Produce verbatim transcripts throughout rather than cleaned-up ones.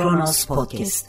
Kronos Podcast.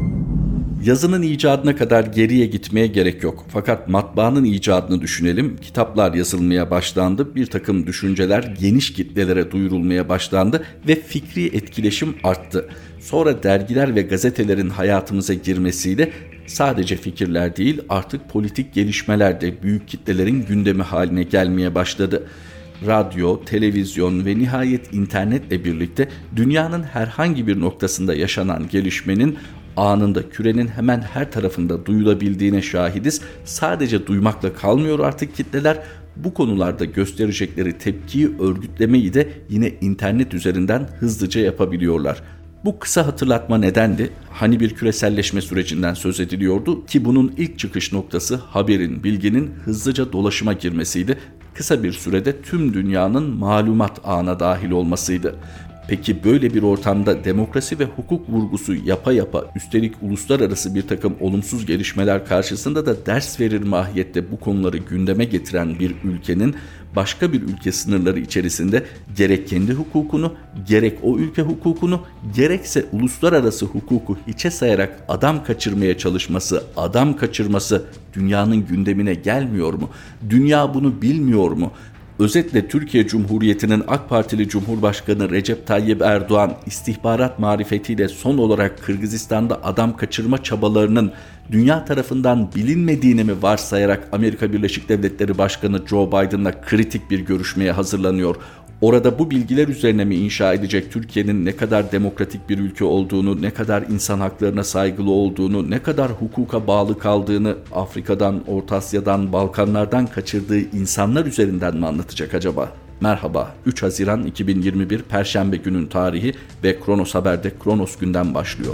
Yazının icadına kadar geriye gitmeye gerek yok. Fakat matbaanın icadını düşünelim. Kitaplar yazılmaya başlandı. Bir takım düşünceler geniş kitlelere duyurulmaya başlandı ve fikri etkileşim arttı. Sonra dergiler ve gazetelerin hayatımıza girmesiyle sadece fikirler değil, artık politik gelişmeler de büyük kitlelerin gündemi haline gelmeye başladı. Radyo, televizyon ve nihayet internetle birlikte dünyanın herhangi bir noktasında yaşanan gelişmenin anında kürenin hemen her tarafında duyulabildiğine şahidiz. Sadece duymakla kalmıyor artık kitleler. Bu konularda gösterecekleri tepkiyi, örgütlemeyi de yine internet üzerinden hızlıca yapabiliyorlar. Bu kısa hatırlatma nedendi? Hani bir küreselleşme sürecinden söz ediliyordu ki bunun ilk çıkış noktası haberin, bilginin hızlıca dolaşıma girmesiydi. Kısa bir sürede tüm dünyanın malumat ağına dahil olmasıydı. Peki böyle bir ortamda demokrasi ve hukuk vurgusu yapa yapa, üstelik uluslararası bir takım olumsuz gelişmeler karşısında da ders verir mahiyette bu konuları gündeme getiren bir ülkenin başka bir ülke sınırları içerisinde gerek kendi hukukunu, gerek o ülke hukukunu, gerekse uluslararası hukuku hiçe sayarak adam kaçırmaya çalışması, adam kaçırması dünyanın gündemine gelmiyor mu? Dünya bunu bilmiyor mu? Özetle Türkiye Cumhuriyeti'nin AK Partili Cumhurbaşkanı Recep Tayyip Erdoğan istihbarat marifetiyle son olarak Kırgızistan'da adam kaçırma çabalarının dünya tarafından bilinmediğini mi varsayarak Amerika Birleşik Devletleri Başkanı Joe Biden'la kritik bir görüşmeye hazırlanıyor? Orada bu bilgiler üzerine mi inşa edecek Türkiye'nin ne kadar demokratik bir ülke olduğunu, ne kadar insan haklarına saygılı olduğunu, ne kadar hukuka bağlı kaldığını Afrika'dan, Orta Asya'dan, Balkanlardan kaçırdığı insanlar üzerinden mi anlatacak acaba? Merhaba, üç Haziran iki bin yirmi bir Perşembe günün tarihi ve Kronos Haber'de Kronos günden başlıyor.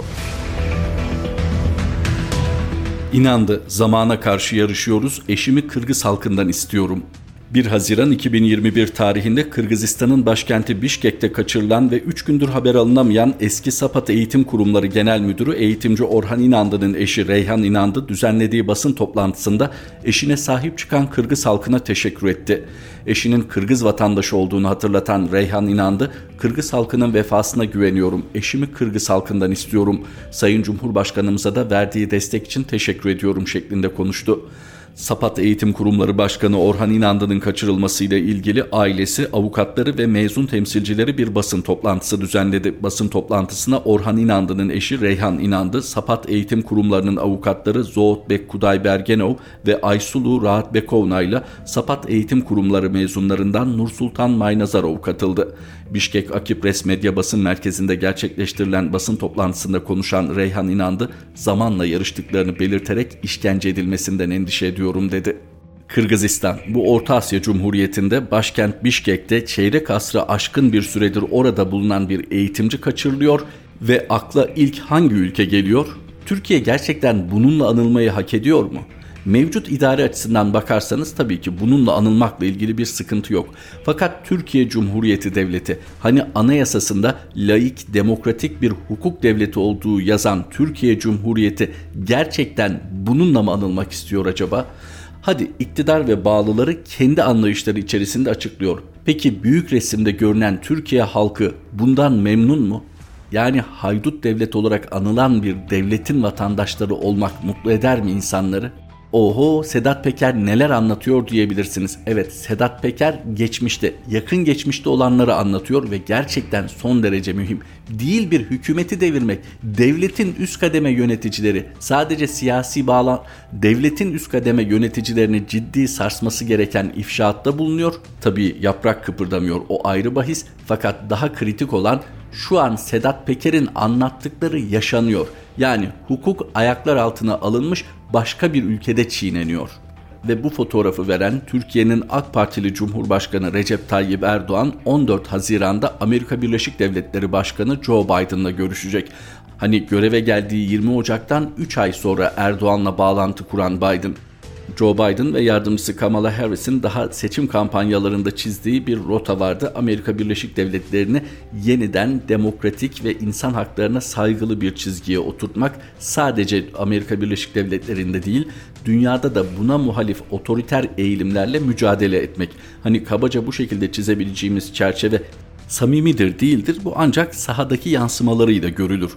İnandı, zamana karşı yarışıyoruz, eşimi Kırgız halkından istiyorum. bir Haziran iki bin yirmi bir tarihinde Kırgızistan'ın başkenti Bişkek'te kaçırılan ve üç gündür haber alınamayan eski Sapat Eğitim Kurumları Genel Müdürü eğitimci Orhan İnandı'nın eşi Reyhan İnandı düzenlediği basın toplantısında eşine sahip çıkan Kırgız halkına teşekkür etti. Eşinin Kırgız vatandaşı olduğunu hatırlatan Reyhan İnandı, Kırgız halkının vefasına güveniyorum, eşimi Kırgız halkından istiyorum, Sayın Cumhurbaşkanımıza da verdiği destek için teşekkür ediyorum şeklinde konuştu. Sapat Eğitim Kurumları Başkanı Orhan İnandı'nın kaçırılmasıyla ilgili ailesi, avukatları ve mezun temsilcileri bir basın toplantısı düzenledi. Basın toplantısına Orhan İnandı'nın eşi Reyhan İnandı, Sapat Eğitim Kurumlarının avukatları Zoğutbek Kudaybergenov ve Aysulu Rahatbekovna ile Sapat Eğitim Kurumları mezunlarından Nursultan Maynazarov katıldı. Bişkek Akipres Medya Basın Merkezi'nde gerçekleştirilen basın toplantısında konuşan Reyhan İnandı, zamanla yarıştıklarını belirterek işkence edilmesinden endişe ediyorum dedi. Kırgızistan, bu Orta Asya Cumhuriyeti'nde başkent Bişkek'te çeyrek asrı aşkın bir süredir orada bulunan bir eğitimci kaçırılıyor ve akla ilk hangi ülke geliyor? Türkiye gerçekten bununla anılmayı hak ediyor mu? Mevcut idare açısından bakarsanız tabii ki bununla anılmakla ilgili bir sıkıntı yok. Fakat Türkiye Cumhuriyeti Devleti, hani anayasasında laik, demokratik bir hukuk devleti olduğu yazan Türkiye Cumhuriyeti gerçekten bununla mı anılmak istiyor acaba? Hadi iktidar ve bağlıları kendi anlayışları içerisinde açıklıyor. Peki büyük resimde görünen Türkiye halkı bundan memnun mu? Yani haydut devlet olarak anılan bir devletin vatandaşları olmak mutlu eder mi insanları? Oho, Sedat Peker neler anlatıyor diyebilirsiniz. Evet, Sedat Peker geçmişte, yakın geçmişte olanları anlatıyor ve gerçekten son derece mühim. Değil bir hükümeti devirmek, devletin üst kademe yöneticileri, sadece siyasi bağlan, devletin üst kademe yöneticilerini ciddi sarsması gereken ifşaatta bulunuyor. Tabii yaprak kıpırdamıyor, o ayrı bahis. Fakat daha kritik olan şu an Sedat Peker'in anlattıkları yaşanıyor. Yani hukuk ayaklar altına alınmış, başka bir ülkede çiğneniyor. Ve bu fotoğrafı veren Türkiye'nin AK Partili Cumhurbaşkanı Recep Tayyip Erdoğan on dört Haziran'da Amerika Birleşik Devletleri Başkanı Joe Biden'la görüşecek. Hani göreve geldiği yirmi Ocak'tan üç ay sonra Erdoğan'la bağlantı kuran Biden, Joe Biden ve yardımcısı Kamala Harris'in daha seçim kampanyalarında çizdiği bir rota vardı. Amerika Birleşik Devletleri'ni yeniden demokratik ve insan haklarına saygılı bir çizgiye oturtmak, sadece Amerika Birleşik Devletleri'nde değil, dünyada da buna muhalif otoriter eğilimlerle mücadele etmek. Hani kabaca bu şekilde çizebileceğimiz çerçeve samimidir, değildir. Bu ancak sahadaki yansımalarıyla görülür.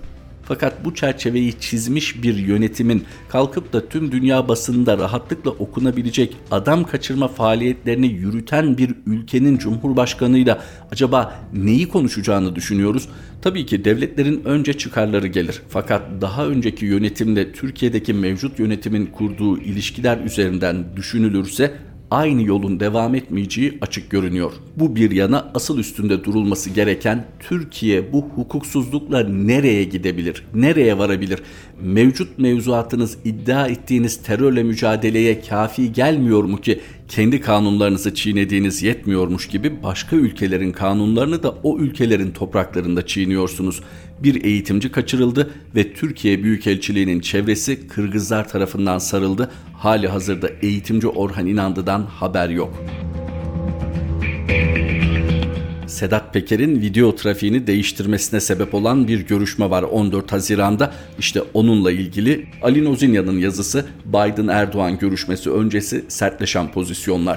Fakat bu çerçeveyi çizmiş bir yönetimin kalkıp da tüm dünya basınında rahatlıkla okunabilecek adam kaçırma faaliyetlerini yürüten bir ülkenin cumhurbaşkanıyla acaba neyi konuşacağını düşünüyoruz? Tabii ki devletlerin önce çıkarları gelir. Fakat daha önceki yönetimle Türkiye'deki mevcut yönetimin kurduğu ilişkiler üzerinden düşünülürse aynı yolun devam etmeyeceği açık görünüyor. Bu bir yana asıl üstünde durulması gereken Türkiye bu hukuksuzlukla nereye gidebilir, nereye varabilir? Mevcut mevzuatınız iddia ettiğiniz terörle mücadeleye kafi gelmiyor mu ki kendi kanunlarınızı çiğnediğiniz yetmiyormuş gibi başka ülkelerin kanunlarını da o ülkelerin topraklarında çiğniyorsunuz. Bir eğitimci kaçırıldı ve Türkiye Büyükelçiliği'nin çevresi Kırgızlar tarafından sarıldı. Hali hazırda eğitimci Orhan İnandı'dan haber yok. Sedat Peker'in video trafiğini değiştirmesine sebep olan bir görüşme var on dört Haziran'da. İşte onunla ilgili Ali Nozinya'nın yazısı, Biden-Erdoğan görüşmesi öncesi sertleşen pozisyonlar.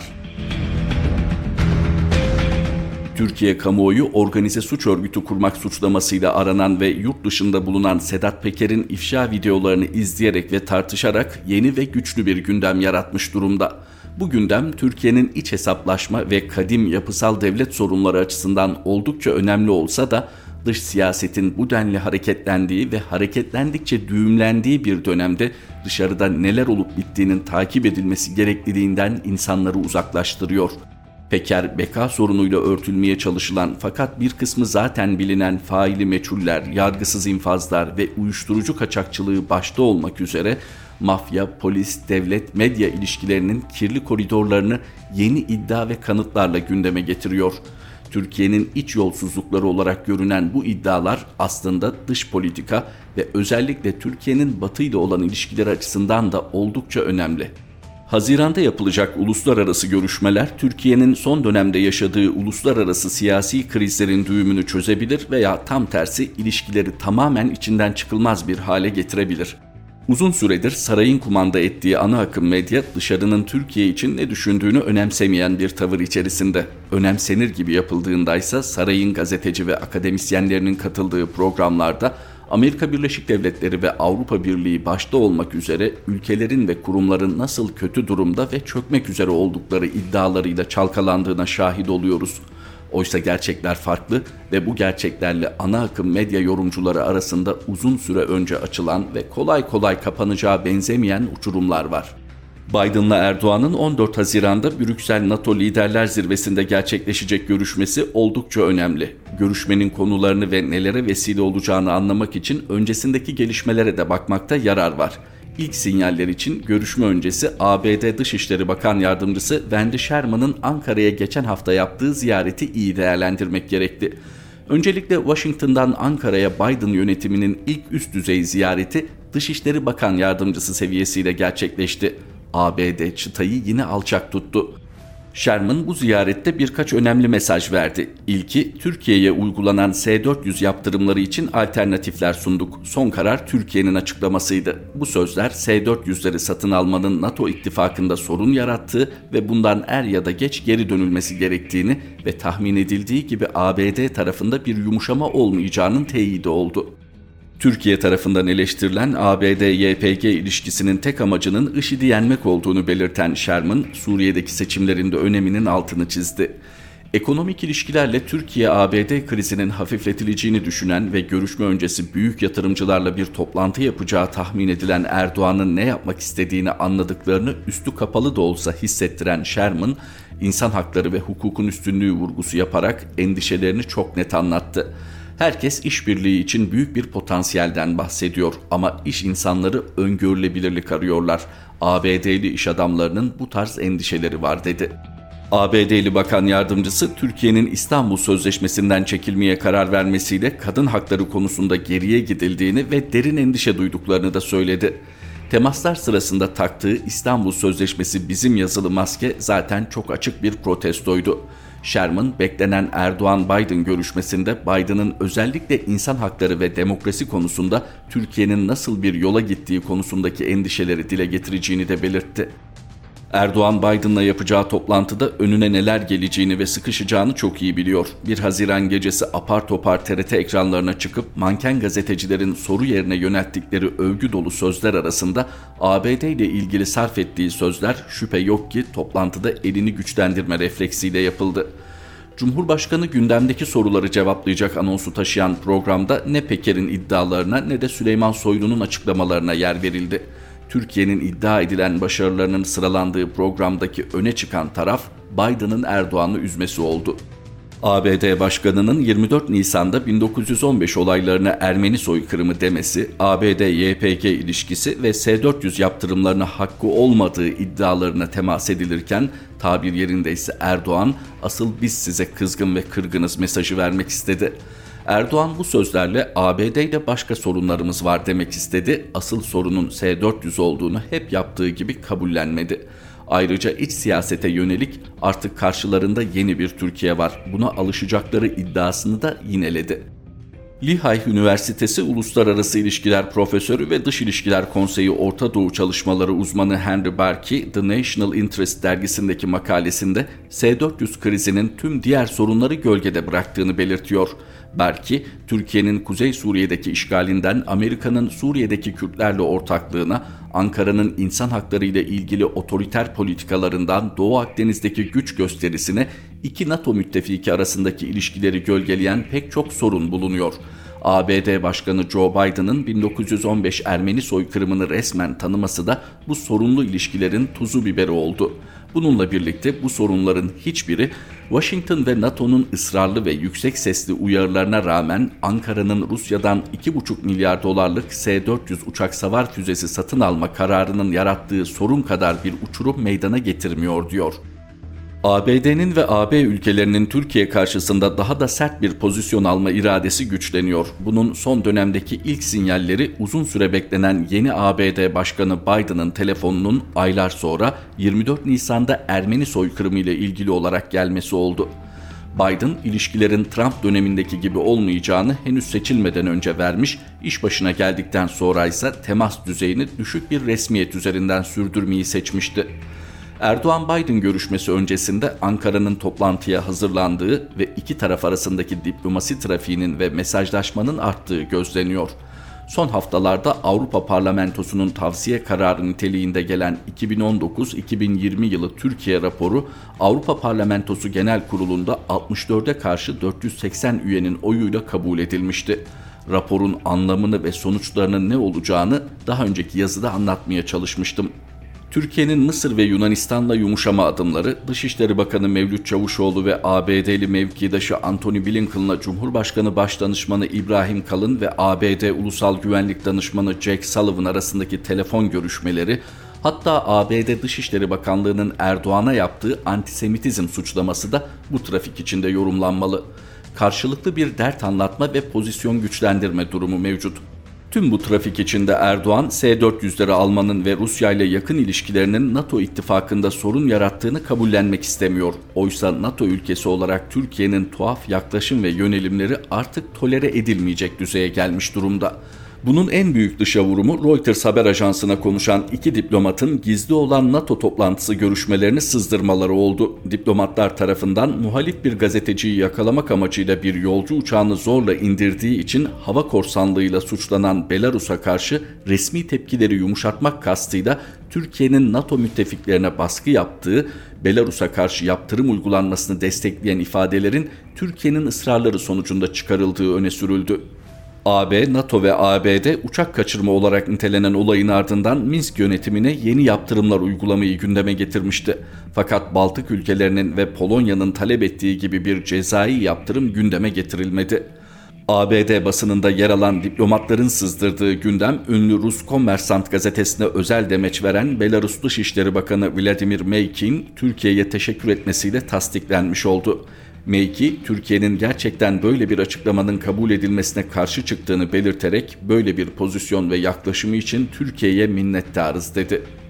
Türkiye kamuoyu organize suç örgütü kurmak suçlamasıyla aranan ve yurt dışında bulunan Sedat Peker'in ifşa videolarını izleyerek ve tartışarak yeni ve güçlü bir gündem yaratmış durumda. Bu gündem Türkiye'nin iç hesaplaşma ve kadim yapısal devlet sorunları açısından oldukça önemli olsa da dış siyasetin bu denli hareketlendiği ve hareketlendikçe düğümlendiği bir dönemde dışarıda neler olup bittiğinin takip edilmesi gerekliliğinden insanları uzaklaştırıyor. Peker, beka sorunuyla örtülmeye çalışılan fakat bir kısmı zaten bilinen faili meçhuller, yargısız infazlar ve uyuşturucu kaçakçılığı başta olmak üzere mafya, polis, devlet, medya ilişkilerinin kirli koridorlarını yeni iddia ve kanıtlarla gündeme getiriyor. Türkiye'nin iç yolsuzlukları olarak görünen bu iddialar aslında dış politika ve özellikle Türkiye'nin Batı ile olan ilişkileri açısından da oldukça önemli. Haziran'da yapılacak uluslararası görüşmeler Türkiye'nin son dönemde yaşadığı uluslararası siyasi krizlerin düğümünü çözebilir veya tam tersi ilişkileri tamamen içinden çıkılmaz bir hale getirebilir. Uzun süredir sarayın kumanda ettiği ana akım medya dışarının Türkiye için ne düşündüğünü önemsemeyen bir tavır içerisinde. Önemsenir gibi yapıldığındaysa sarayın gazeteci ve akademisyenlerinin katıldığı programlarda Amerika Birleşik Devletleri ve Avrupa Birliği başta olmak üzere ülkelerin ve kurumların nasıl kötü durumda ve çökmek üzere oldukları iddialarıyla çalkalandığına şahit oluyoruz. Oysa gerçekler farklı ve bu gerçeklerle ana akım medya yorumcuları arasında uzun süre önce açılan ve kolay kolay kapanacağı benzemeyen uçurumlar var. Biden'la Erdoğan'ın on dört Haziran'da Brüksel NATO Liderler Zirvesi'nde gerçekleşecek görüşmesi oldukça önemli. Görüşmenin konularını ve nelere vesile olacağını anlamak için öncesindeki gelişmelere de bakmakta yarar var. İlk sinyaller için görüşme öncesi A B D Dışişleri Bakan Yardımcısı Wendy Sherman'ın Ankara'ya geçen hafta yaptığı ziyareti iyi değerlendirmek gerekli. Öncelikle Washington'dan Ankara'ya Biden yönetiminin ilk üst düzey ziyareti Dışişleri Bakan Yardımcısı seviyesiyle gerçekleşti. A B D çıtayı yine alçak tuttu. Sherman bu ziyarette birkaç önemli mesaj verdi. İlki, Türkiye'ye uygulanan S dört yüz yaptırımları için alternatifler sunduk. Son karar Türkiye'nin açıklamasıydı. Bu sözler S dört yüzleri satın almanın NATO ittifakında sorun yarattığı ve bundan er ya da geç geri dönülmesi gerektiğini ve tahmin edildiği gibi A B D tarafında bir yumuşama olmayacağının teyidi oldu. Türkiye tarafından eleştirilen A B D Y P G ilişkisinin tek amacının IŞİD'i yenmek olduğunu belirten Sherman, Suriye'deki seçimlerin de öneminin altını çizdi. Ekonomik ilişkilerle Türkiye-A B D krizinin hafifletileceğini düşünen ve görüşme öncesi büyük yatırımcılarla bir toplantı yapacağı tahmin edilen Erdoğan'ın ne yapmak istediğini anladıklarını üstü kapalı da olsa hissettiren Sherman, insan hakları ve hukukun üstünlüğü vurgusu yaparak endişelerini çok net anlattı. Herkes işbirliği için büyük bir potansiyelden bahsediyor ama iş insanları öngörülebilirlik arıyorlar. A B D'li iş adamlarının bu tarz endişeleri var dedi. A B D'li Bakan Yardımcısı Türkiye'nin İstanbul Sözleşmesi'nden çekilmeye karar vermesiyle kadın hakları konusunda geriye gidildiğini ve derin endişe duyduklarını da söyledi. Temaslar sırasında taktığı İstanbul Sözleşmesi bizim yazılı maske zaten çok açık bir protestoydu. Sherman, beklenen Erdoğan-Biden görüşmesinde Biden'ın özellikle insan hakları ve demokrasi konusunda Türkiye'nin nasıl bir yola gittiği konusundaki endişeleri dile getireceğini de belirtti. Erdoğan, Biden'la yapacağı toplantıda önüne neler geleceğini ve sıkışacağını çok iyi biliyor. bir Haziran gecesi apar topar T R T ekranlarına çıkıp manken gazetecilerin soru yerine yönelttikleri övgü dolu sözler arasında A B D ile ilgili sarf ettiği sözler şüphe yok ki toplantıda elini güçlendirme refleksiyle yapıldı. Cumhurbaşkanı gündemdeki soruları cevaplayacak anonsu taşıyan programda ne Peker'in iddialarına ne de Süleyman Soylu'nun açıklamalarına yer verildi. Türkiye'nin iddia edilen başarılarının sıralandığı programdaki öne çıkan taraf Biden'ın Erdoğan'ı üzmesi oldu. A B D Başkanı'nın yirmi dört Nisan'da bin dokuz yüz on beş olaylarına Ermeni soykırımı demesi, A B D Y P G ilişkisi ve S dört yüz yaptırımlarına hakkı olmadığı iddialarına temas edilirken, tabir yerindeyse Erdoğan, asıl biz size kızgın ve kırgınız mesajı vermek istedi. Erdoğan bu sözlerle A B D ile başka sorunlarımız var demek istedi, asıl sorunun S dört yüz olduğunu hep yaptığı gibi kabullenmedi. Ayrıca iç siyasete yönelik artık karşılarında yeni bir Türkiye var, buna alışacakları iddiasını da yineledi. Lehigh Üniversitesi Uluslararası İlişkiler Profesörü ve Dış İlişkiler Konseyi Orta Doğu Çalışmaları uzmanı Henry Berkey, The National Interest dergisindeki makalesinde S dört yüz krizinin tüm diğer sorunları gölgede bıraktığını belirtiyor. Berkey, Türkiye'nin Kuzey Suriye'deki işgalinden Amerika'nın Suriye'deki Kürtlerle ortaklığına, Ankara'nın insan hakları ile ilgili otoriter politikalarından Doğu Akdeniz'deki güç gösterisine, iki NATO müttefiki arasındaki ilişkileri gölgeleyen pek çok sorun bulunuyor. A B D Başkanı Joe Biden'ın bin dokuz yüz on beş Ermeni soykırımını resmen tanıması da bu sorunlu ilişkilerin tuzu biberi oldu. Bununla birlikte bu sorunların hiçbiri Washington ve NATO'nun ısrarlı ve yüksek sesli uyarılarına rağmen Ankara'nın Rusya'dan iki buçuk milyar dolarlık S dört yüz uçak savar füzesi satın alma kararının yarattığı sorun kadar bir uçurum meydana getirmiyor diyor. A B D'nin ve A B ülkelerinin Türkiye karşısında daha da sert bir pozisyon alma iradesi güçleniyor. Bunun son dönemdeki ilk sinyalleri uzun süre beklenen yeni A B D Başkanı Biden'ın telefonunun aylar sonra yirmi dört Nisan'da Ermeni soykırımı ile ilgili olarak gelmesi oldu. Biden, ilişkilerin Trump dönemindeki gibi olmayacağını henüz seçilmeden önce vermiş, iş başına geldikten sonra ise temas düzeyini düşük bir resmiyet üzerinden sürdürmeyi seçmişti. Erdoğan-Biden görüşmesi öncesinde Ankara'nın toplantıya hazırlandığı ve iki taraf arasındaki diplomasi trafiğinin ve mesajlaşmanın arttığı gözleniyor. Son haftalarda Avrupa Parlamentosu'nun tavsiye kararı niteliğinde gelen iki bin on dokuz iki bin yirmi yılı Türkiye raporu, Avrupa Parlamentosu Genel Kurulu'nda altmış dörde karşı dört yüz seksen üyenin oyuyla kabul edilmişti. Raporun anlamını ve sonuçlarının ne olacağını daha önceki yazıda anlatmaya çalışmıştım. Türkiye'nin Mısır ve Yunanistan'la yumuşama adımları, Dışişleri Bakanı Mevlüt Çavuşoğlu ve A B D'li mevkidaşı Antony Blinken'la Cumhurbaşkanı Başdanışmanı İbrahim Kalın ve A B D Ulusal Güvenlik Danışmanı Jake Sullivan arasındaki telefon görüşmeleri, hatta A B D Dışişleri Bakanlığı'nın Erdoğan'a yaptığı antisemitizm suçlaması da bu trafik içinde yorumlanmalı. Karşılıklı bir dert anlatma ve pozisyon güçlendirme durumu mevcut. Tüm bu trafik içinde Erdoğan, S dört yüzleri almanın ve Rusya ile yakın ilişkilerinin NATO ittifakında sorun yarattığını kabullenmek istemiyor. Oysa NATO ülkesi olarak Türkiye'nin tuhaf yaklaşım ve yönelimleri artık tolere edilmeyecek düzeye gelmiş durumda. Bunun en büyük dışa vurumu Reuters haber ajansına konuşan iki diplomatın gizli olan NATO toplantısı görüşmelerini sızdırmaları oldu. Diplomatlar tarafından muhalif bir gazeteciyi yakalamak amacıyla bir yolcu uçağını zorla indirdiği için hava korsanlığıyla suçlanan Belarus'a karşı resmi tepkileri yumuşatmak kastıyla Türkiye'nin NATO müttefiklerine baskı yaptığı, Belarus'a karşı yaptırım uygulanmasını destekleyen ifadelerin Türkiye'nin ısrarları sonucunda çıkarıldığı öne sürüldü. A B, NATO ve A B D uçak kaçırma olarak nitelenen olayın ardından Minsk yönetimine yeni yaptırımlar uygulamayı gündeme getirmişti. Fakat Baltık ülkelerinin ve Polonya'nın talep ettiği gibi bir cezai yaptırım gündeme getirilmedi. A B D basınında yer alan diplomatların sızdırdığı gündem, ünlü Rus Kommersant gazetesine özel demeç veren Belarus Dışişleri Bakanı Vladimir Maykin, Türkiye'ye teşekkür etmesiyle tasdiklenmiş oldu. Maykin, Türkiye'nin gerçekten böyle bir açıklamanın kabul edilmesine karşı çıktığını belirterek böyle bir pozisyon ve yaklaşımı için Türkiye'ye minnettarız dedi.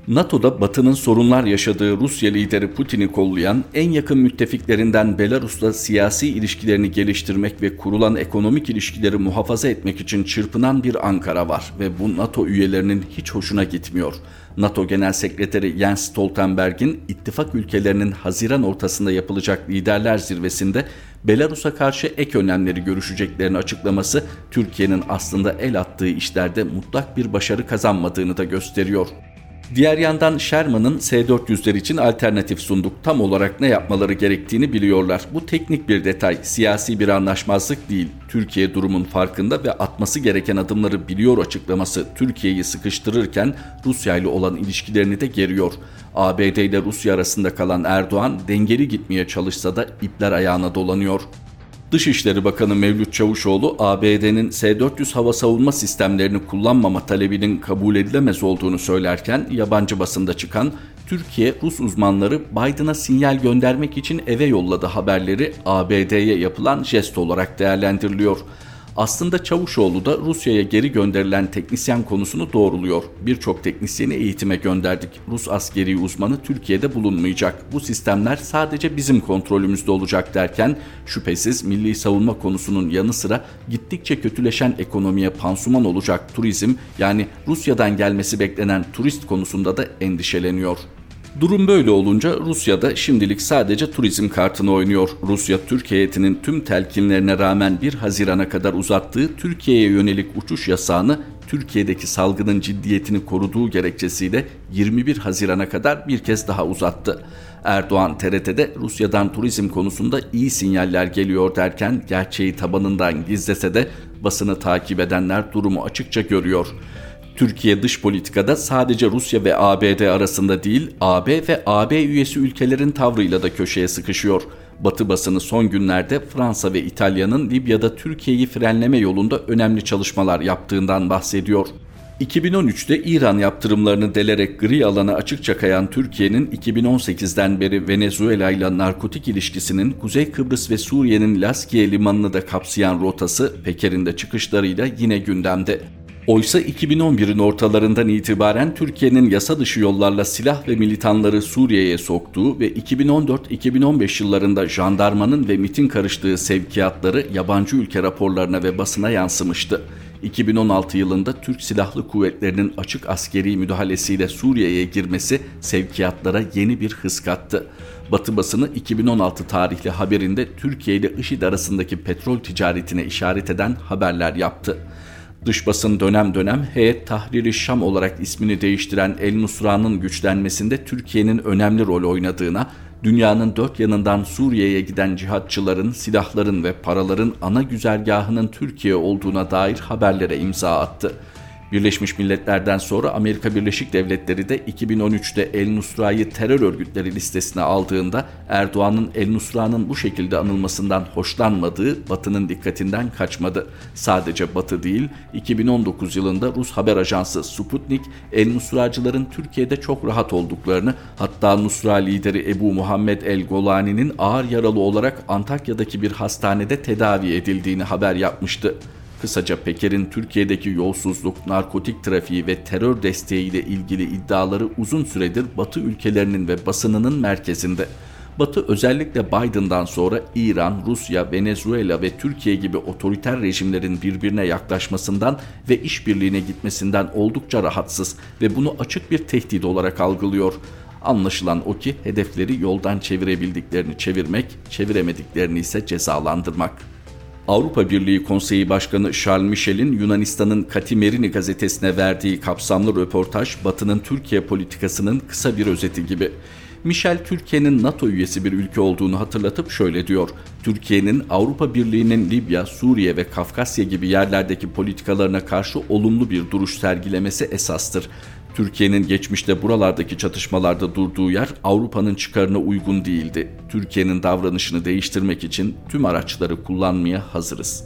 NATO'da Batı'nın sorunlar yaşadığı Rusya lideri Putin'i kollayan, en yakın müttefiklerinden Belarus'la siyasi ilişkilerini geliştirmek ve kurulan ekonomik ilişkileri muhafaza etmek için çırpınan bir Ankara var ve bu NATO üyelerinin hiç hoşuna gitmiyor. NATO Genel Sekreteri Jens Stoltenberg'in ittifak ülkelerinin Haziran ortasında yapılacak liderler zirvesinde Belarus'a karşı ek önlemleri görüşeceklerini açıklaması Türkiye'nin aslında el attığı işlerde mutlak bir başarı kazanmadığını da gösteriyor. Diğer yandan Sherman'ın S dört yüzler için alternatif sunduk. Tam olarak ne yapmaları gerektiğini biliyorlar. Bu teknik bir detay, siyasi bir anlaşmazlık değil. Türkiye durumun farkında ve atması gereken adımları biliyor açıklaması Türkiye'yi sıkıştırırken Rusya ile olan ilişkilerini de geriyor. A B D ile Rusya arasında kalan Erdoğan dengeli gitmeye çalışsa da ipler ayağına dolanıyor. Dışişleri Bakanı Mevlüt Çavuşoğlu, A B D'nin S dört yüz hava savunma sistemlerini kullanmama talebinin kabul edilemez olduğunu söylerken yabancı basında çıkan Türkiye, Rus uzmanları Biden'a sinyal göndermek için eve yolladı haberleri A B D'ye yapılan jest olarak değerlendiriliyor. Aslında Çavuşoğlu da Rusya'ya geri gönderilen teknisyen konusunu doğruluyor. Birçok teknisyeni eğitime gönderdik. Rus askeri uzmanı Türkiye'de bulunmayacak. Bu sistemler sadece bizim kontrolümüzde olacak derken şüphesiz milli savunma konusunun yanı sıra gittikçe kötüleşen ekonomiye pansuman olacak turizm, yani Rusya'dan gelmesi beklenen turist konusunda da endişeleniyor. Durum böyle olunca Rusya da şimdilik sadece turizm kartını oynuyor. Rusya, Türk heyetinin tüm telkinlerine rağmen bir Haziran'a kadar uzattığı Türkiye'ye yönelik uçuş yasağını Türkiye'deki salgının ciddiyetini koruduğu gerekçesiyle yirmi bir Haziran'a kadar bir kez daha uzattı. Erdoğan T R T'de Rusya'dan turizm konusunda iyi sinyaller geliyor derken gerçeği tabanından gizlese de basını takip edenler durumu açıkça görüyor. Türkiye dış politikada sadece Rusya ve A B D arasında değil, A B ve A B üyesi ülkelerin tavrıyla da köşeye sıkışıyor. Batı basını son günlerde Fransa ve İtalya'nın Libya'da Türkiye'yi frenleme yolunda önemli çalışmalar yaptığından bahsediyor. iki bin on üçte İran yaptırımlarını delerek gri alana açıkça kayan Türkiye'nin iki bin on sekizden beri Venezuela ile narkotik ilişkisinin Kuzey Kıbrıs ve Suriye'nin Laskiye limanını da kapsayan rotası Peker'in de çıkışlarıyla yine gündemde. Oysa iki bin on birin ortalarından itibaren Türkiye'nin yasa dışı yollarla silah ve militanları Suriye'ye soktuğu ve iki bin on dört iki bin on beş yıllarında jandarmanın ve MİT'in karıştığı sevkiyatları yabancı ülke raporlarına ve basına yansımıştı. iki bin on altı yılında Türk Silahlı Kuvvetleri'nin açık askeri müdahalesiyle Suriye'ye girmesi sevkiyatlara yeni bir hız kattı. Batı basını iki bin on altı tarihli haberinde Türkiye ile IŞİD arasındaki petrol ticaretine işaret eden haberler yaptı. Dış basın dönem dönem Heyet Tahrir-i Şam olarak ismini değiştiren El Nusra'nın güçlenmesinde Türkiye'nin önemli rol oynadığına, dünyanın dört yanından Suriye'ye giden cihatçıların, silahların ve paraların ana güzergahının Türkiye olduğuna dair haberlere imza attı. Birleşmiş Milletler'den sonra Amerika Birleşik Devletleri de iki bin on üçte El Nusra'yı terör örgütleri listesine aldığında Erdoğan'ın El Nusra'nın bu şekilde anılmasından hoşlanmadığı Batı'nın dikkatinden kaçmadı. Sadece Batı değil, iki bin on dokuz yılında Rus haber ajansı Sputnik, El Nusracıların Türkiye'de çok rahat olduklarını, hatta Nusra lideri Ebu Muhammed El Golani'nin ağır yaralı olarak Antakya'daki bir hastanede tedavi edildiğini haber yapmıştı. Kısaca Peker'in Türkiye'deki yolsuzluk, narkotik trafiği ve terör desteğiyle ilgili iddiaları uzun süredir Batı ülkelerinin ve basınının merkezinde. Batı özellikle Biden'dan sonra İran, Rusya, Venezuela ve Türkiye gibi otoriter rejimlerin birbirine yaklaşmasından ve işbirliğine gitmesinden oldukça rahatsız ve bunu açık bir tehdit olarak algılıyor. Anlaşılan o ki hedefleri yoldan çevirebildiklerini çevirmek, çeviremediklerini ise cezalandırmak. Avrupa Birliği Konseyi Başkanı Charles Michel'in Yunanistan'ın Katimerini gazetesine verdiği kapsamlı röportaj, Batı'nın Türkiye politikasının kısa bir özeti gibi. Michel, Türkiye'nin NATO üyesi bir ülke olduğunu hatırlatıp şöyle diyor: Türkiye'nin Avrupa Birliği'nin Libya, Suriye ve Kafkasya gibi yerlerdeki politikalarına karşı olumlu bir duruş sergilemesi esastır. Türkiye'nin geçmişte buralardaki çatışmalarda durduğu yer Avrupa'nın çıkarına uygun değildi. Türkiye'nin davranışını değiştirmek için tüm araçları kullanmaya hazırız.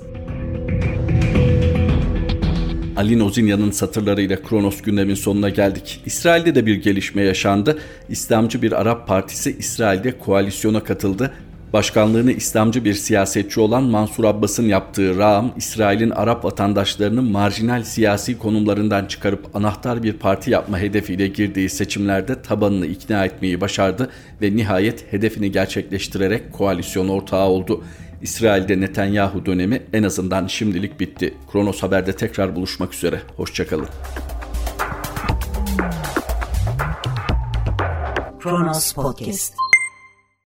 Ali Nozinyan'ın satırlarıyla Kronos gündemin sonuna geldik. İsrail'de de bir gelişme yaşandı. İslamcı bir Arap partisi İsrail'de koalisyona katıldı. Başkanlığını İslamcı bir siyasetçi olan Mansur Abbas'ın yaptığı Ra'am, İsrail'in Arap vatandaşlarının marjinal siyasi konumlarından çıkarıp anahtar bir parti yapma hedefiyle girdiği seçimlerde tabanını ikna etmeyi başardı ve nihayet hedefini gerçekleştirerek koalisyon ortağı oldu. İsrail'de Netanyahu dönemi en azından şimdilik bitti. Kronos Haber'de tekrar buluşmak üzere. Hoşçakalın. Kronos Podcast.